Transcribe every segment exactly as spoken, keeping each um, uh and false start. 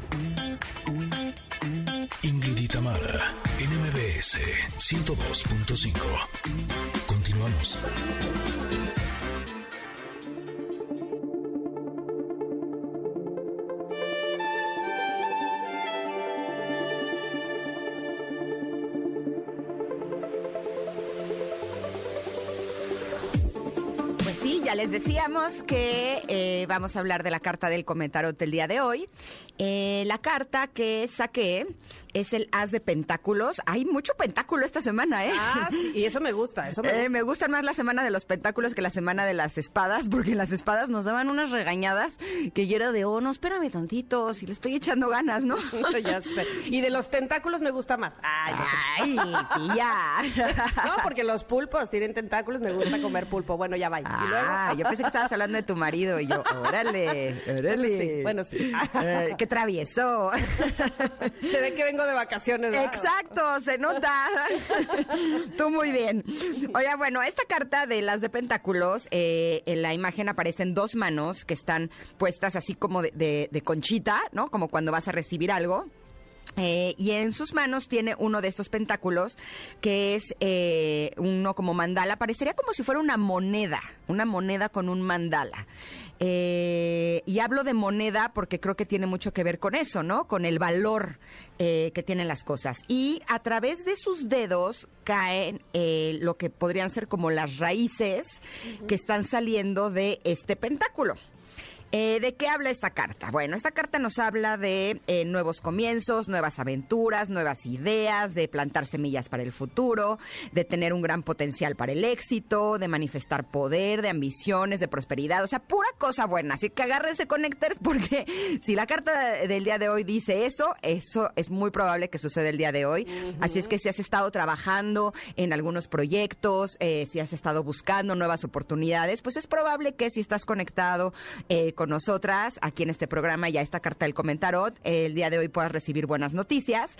Ingrid y Tamara, en M B S ciento dos punto cinco. Continuamos. Ya les decíamos que eh, vamos a hablar de la carta del comentarot del día de hoy. Eh, la carta que saqué es el As de Pentáculos. Hay mucho pentáculo esta semana, ¿eh? Ah, sí, y eso me gusta, eso me gusta. Eh, me gusta más la semana de los pentáculos que la semana de las espadas, porque las espadas nos daban unas regañadas que yo era de, oh, no, espérame tantito, si le estoy echando ganas, ¿no? Ya sé. Y de los tentáculos me gusta más. Ay, Ay, tía. No, porque los pulpos tienen tentáculos, me gusta comer pulpo. Bueno, ya vaya. Ah, ¿Y luego? yo pensé que estabas hablando de tu marido y yo, órale, órale. Bueno, sí. Bueno, sí. Eh, qué travieso. Se ve que vengo de vacaciones, ¿verdad? Exacto, se nota. Tú muy bien. Oye, bueno, esta carta de las de Pentáculos, eh, en la imagen aparecen dos manos que están puestas así como de, de, de conchita, ¿no? Como cuando vas a recibir algo. Eh, y en sus manos tiene uno de estos pentáculos que es eh, uno como mandala, parecería como si fuera una moneda, una moneda con un mandala. Eh, y hablo de moneda porque creo que tiene mucho que ver con eso, ¿no? Con el valor eh, que tienen las cosas. Y a través de sus dedos caen eh, lo que podrían ser como las raíces uh-huh. que están saliendo de este pentáculo. Eh, ¿De qué habla esta carta? Bueno, esta carta nos habla de eh, nuevos comienzos, nuevas aventuras, nuevas ideas, de plantar semillas para el futuro, de tener un gran potencial para el éxito, de manifestar poder, de ambiciones, de prosperidad, o sea, pura cosa buena. Así que agárrense, connectors, porque si la carta del día de hoy dice eso, eso es muy probable que suceda el día de hoy. Uh-huh. Así es que si has estado trabajando en algunos proyectos, eh, si has estado buscando nuevas oportunidades, pues es probable que si estás conectado eh, con nosotras aquí en este programa, ya esta carta del comentarot, eh, el día de hoy puedas recibir buenas noticias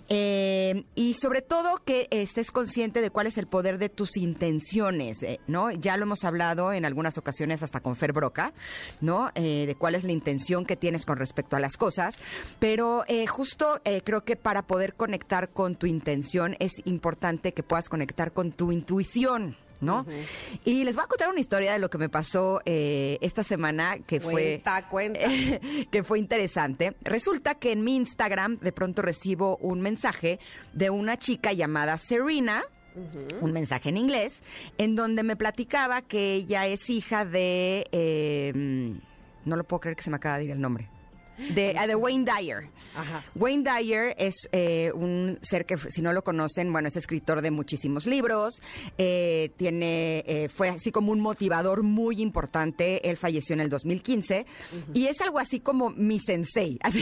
eh, y sobre todo que estés consciente de cuál es el poder de tus intenciones, eh, ¿no? Ya lo hemos hablado en algunas ocasiones hasta con Fer Broca, ¿no? Eh, de cuál es la intención que tienes con respecto a las cosas, pero eh, justo eh, creo que para poder conectar con tu intención es importante que puedas conectar con tu intuición, ¿no? Uh-huh. Y les voy a contar una historia de lo que me pasó eh, esta semana que cuenta, fue cuenta. Eh, que fue interesante. Resulta que en mi Instagram de pronto recibo un mensaje de una chica llamada Serena. Uh-huh. Un mensaje en inglés en donde me platicaba que ella es hija de eh, no lo puedo creer que se me acaba de ir el nombre. De, uh, de Wayne Dyer. Ajá. Wayne Dyer es eh, un ser que, si no lo conocen, bueno, es escritor de muchísimos libros, eh, tiene, eh, fue así como un motivador muy importante. Él falleció en el dos mil quince uh-huh. y es algo así como mi sensei. Así.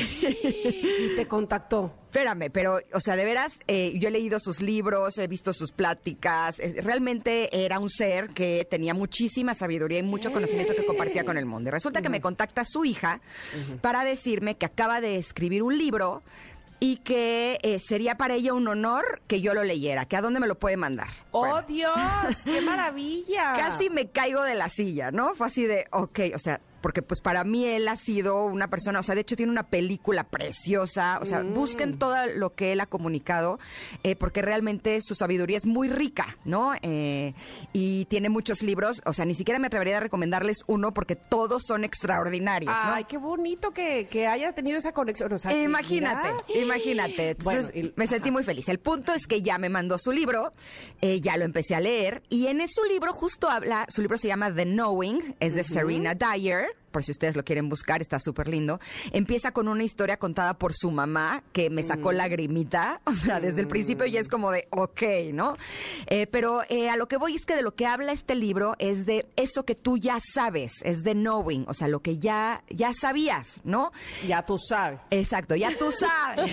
Y te contactó. Espérame, pero, o sea, de veras, eh, yo he leído sus libros, he visto sus pláticas, eh, realmente era un ser que tenía muchísima sabiduría y mucho conocimiento que compartía con el mundo. Y resulta uh-huh. que me contacta su hija uh-huh. para decirme que acaba de escribir un libro y que eh, sería para ella un honor que yo lo leyera, que a dónde me lo puede mandar. ¡Oh, bueno. Dios! ¡Qué maravilla! Casi me caigo de la silla, ¿no? Fue así de, ok, o sea, porque pues para mí él ha sido una persona, o sea, de hecho tiene una película preciosa, o sea, mm. busquen todo lo que él ha comunicado, eh, porque realmente su sabiduría es muy rica, ¿no? Eh, y tiene muchos libros, o sea, ni siquiera me atrevería a recomendarles uno porque todos son extraordinarios, ¿no? Ay, qué bonito que, que haya tenido esa conexión, o sea, imagínate, mira. imagínate. Entonces, bueno, y, me sentí ajá. muy feliz. El punto es que ya me mandó su libro, eh, ya lo empecé a leer, y en su libro justo habla, su libro se llama The Knowing, es de uh-huh. Serena Dyer, por si ustedes lo quieren buscar, está súper lindo. Empieza con una historia contada por su mamá, que me sacó mm. lagrimita, o sea, desde el principio ya es como de, ok, ¿no? Eh, pero eh, a lo que voy es que de lo que habla este libro es de eso que tú ya sabes, es de knowing, o sea, lo que ya, ya sabías, ¿no? Ya tú sabes. Exacto, ya tú sabes.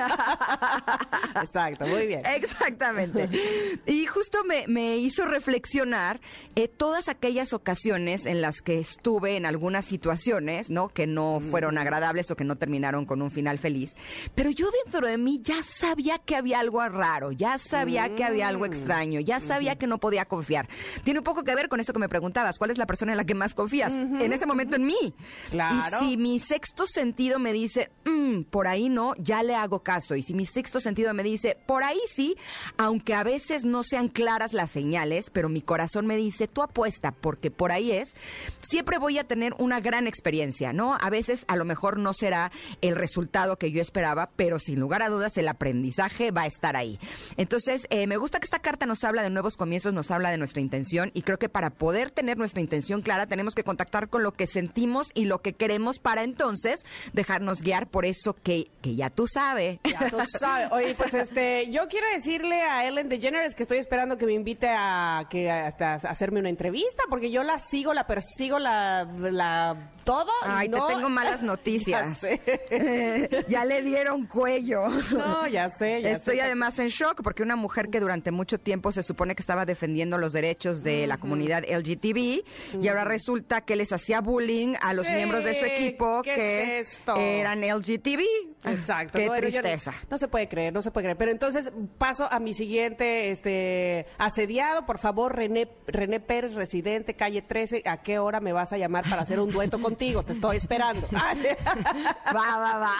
Exacto, muy bien. Exactamente. Y justo me, me hizo reflexionar eh, todas aquellas ocasiones en las que estuve en algunas situaciones, ¿no? Que no fueron agradables o que no terminaron con un final feliz. Pero yo dentro de mí ya sabía que había algo raro, ya sabía mm. que había algo extraño, ya sabía uh-huh. que no podía confiar. Tiene un poco que ver con eso que me preguntabas, ¿cuál es la persona en la que más confías? Uh-huh. En ese momento en mí. Claro. Y si mi sexto sentido me dice, mm, por ahí no, ya le hago caso. Y si mi sexto sentido me dice, por ahí sí, aunque a veces no sean claras las señales, pero mi corazón me dice, tú apuesta, porque por ahí es, siempre voy a tener una gran experiencia, ¿no? A veces a lo mejor no será el resultado que yo esperaba, pero sin lugar a dudas el aprendizaje va a estar ahí. Entonces, eh, me gusta que esta carta nos habla de nuevos comienzos, nos habla de nuestra intención, y creo que para poder tener nuestra intención clara tenemos que contactar con lo que sentimos y lo que queremos para entonces dejarnos guiar por eso que, que ya tú sabes. Ya tú sabes. Oye, pues este, yo quiero decirle a Ellen DeGeneres que estoy esperando que me invite a que hasta a hacerme una entrevista, porque yo la sigo, la persigo, la, la todo. Ay, no... te tengo malas noticias. Ya sé. Eh, ya le dieron cuello. No, ya sé, ya Estoy sé. además en shock porque una mujer que durante mucho tiempo se supone que estaba defendiendo los derechos de uh-huh. la comunidad L G B T uh-huh. y ahora resulta que les hacía bullying a los ¿Qué? miembros de su equipo ¿Qué que es esto? eran L G B T. Exacto. Qué no, tristeza. No, no se puede creer, no se puede creer. Pero entonces paso a mi siguiente este asediado. Por favor, René, René Pérez, residente, calle trece. ¿A qué hora me vas a llamar para hacer un dueto contigo? Te estoy esperando. Ah, sí. Va, va, va.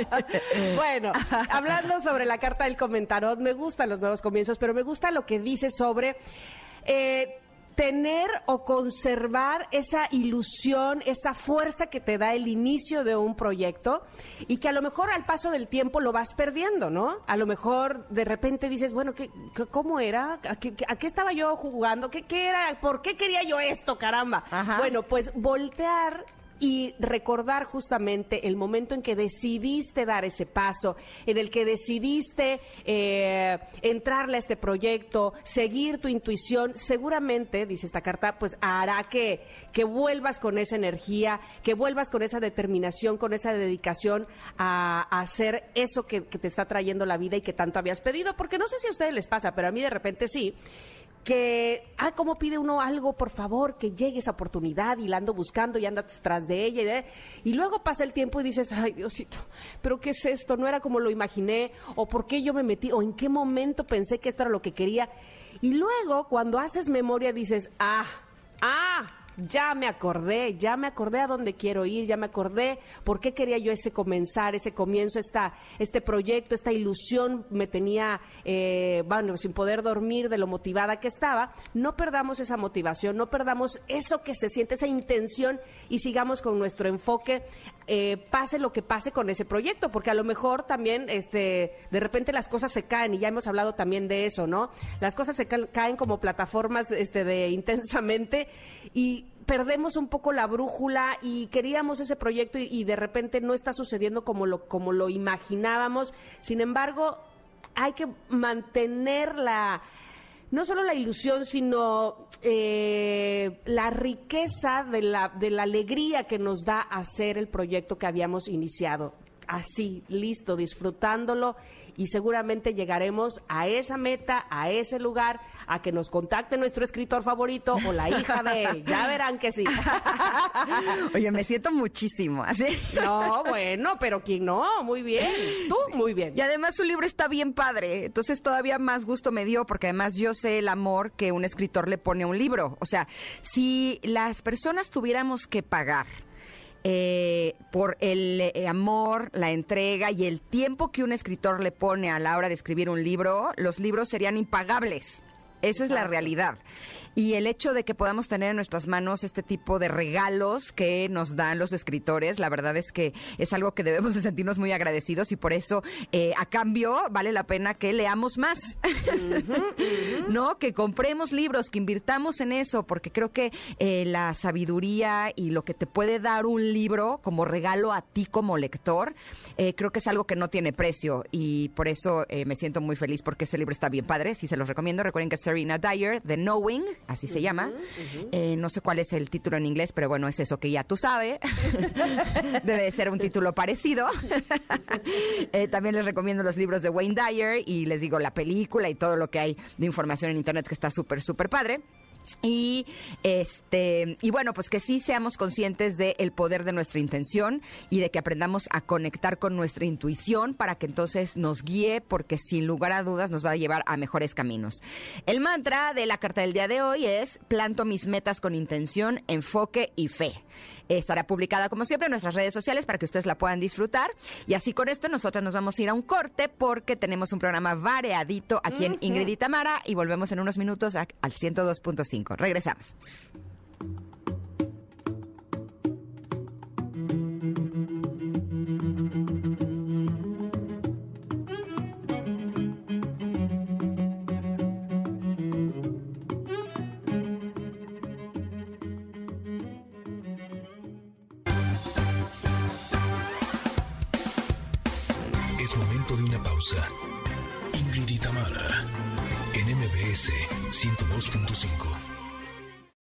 Bueno, hablando sobre la carta del comentarot, me gustan los nuevos comienzos, pero me gusta lo que dice sobre... Eh, tener o conservar esa ilusión, esa fuerza que te da el inicio de un proyecto y que a lo mejor al paso del tiempo lo vas perdiendo, ¿no? A lo mejor de repente dices, bueno, ¿qué, qué, ¿cómo era? ¿A qué, ¿A qué estaba yo jugando? ¿Qué, qué era? ¿Por qué quería yo esto, caramba? Ajá. Bueno, pues voltear y recordar justamente el momento en que decidiste dar ese paso, en el que decidiste eh, entrarle a este proyecto, seguir tu intuición, seguramente, dice esta carta, pues hará que, que vuelvas con esa energía, que vuelvas con esa determinación, con esa dedicación a, a hacer eso que, que te está trayendo la vida y que tanto habías pedido, porque no sé si a ustedes les pasa, pero a mí de repente sí, que, ah, ¿cómo pide uno algo? Por favor, que llegue esa oportunidad y la ando buscando y andas tras de ella. Y, de, y luego pasa el tiempo y dices, ay, Diosito, ¿pero qué es esto? No era como lo imaginé, o por qué yo me metí, o en qué momento pensé que esto era lo que quería. Y luego, cuando haces memoria, dices, ah, ah, ya me acordé, ya me acordé a dónde quiero ir, ya me acordé por qué quería yo ese comenzar, ese comienzo, esta, este proyecto, esta ilusión me tenía, eh, bueno, sin poder dormir de lo motivada que estaba. No perdamos esa motivación, no perdamos eso que se siente, esa intención y sigamos con nuestro enfoque, eh, pase lo que pase con ese proyecto, porque a lo mejor también este, de repente las cosas se caen y ya hemos hablado también de eso, ¿no? Las cosas se ca- caen como plataformas este, de intensamente y perdemos un poco la brújula y queríamos ese proyecto y, y de repente no está sucediendo como lo, como lo imaginábamos. Sin embargo, hay que mantener la, no solo la ilusión, sino eh, la riqueza de la, de la alegría que nos da hacer el proyecto que habíamos iniciado. Así, listo, disfrutándolo y seguramente llegaremos a esa meta, a ese lugar, a que nos contacte nuestro escritor favorito o la hija de él. Ya verán que sí. Oye, me siento muchísimo, ¿así? No, bueno, pero ¿quién no? Muy bien. Tú, sí. Muy bien. Y además su libro está bien padre, entonces todavía más gusto me dio, porque además yo sé el amor que un escritor le pone a un libro. O sea, si las personas tuviéramos que pagar Eh, por el eh, amor, la entrega y el tiempo que un escritor le pone a la hora de escribir un libro, los libros serían impagables. Esa es la realidad. Y el hecho de que podamos tener en nuestras manos este tipo de regalos que nos dan los escritores, la verdad es que es algo que debemos de sentirnos muy agradecidos y por eso, eh, a cambio, vale la pena que leamos más, uh-huh, uh-huh. ¿no? Que compremos libros, que invirtamos en eso, porque creo que eh, la sabiduría y lo que te puede dar un libro como regalo a ti como lector, eh, creo que es algo que no tiene precio y por eso eh, me siento muy feliz porque este libro está bien padre, sí se los recomiendo. Recuerden que es Serena Dyer, The Knowing, así se uh-huh, llama. Uh-huh. Eh, no sé cuál es el título en inglés, pero bueno, es eso que ya tú sabes. Debe de ser un título parecido. eh, también les recomiendo los libros de Wayne Dyer y les digo la película y todo lo que hay de información en internet que está súper, súper padre. Y este y bueno, pues que sí seamos conscientes del poder de nuestra intención y de que aprendamos a conectar con nuestra intuición para que entonces nos guíe, porque sin lugar a dudas nos va a llevar a mejores caminos. El mantra de la carta del día de hoy es: planto mis metas con intención, enfoque y fe. Estará publicada como siempre en nuestras redes sociales para que ustedes la puedan disfrutar. Y así con esto nosotros nos vamos a ir a un corte porque tenemos un programa variadito aquí en Ingrid y Tamara y volvemos en unos minutos a, al ciento dos punto cinco. Regresamos. Es momento de una pausa. Ingrid y Tamara, en M B S ciento dos punto cinco.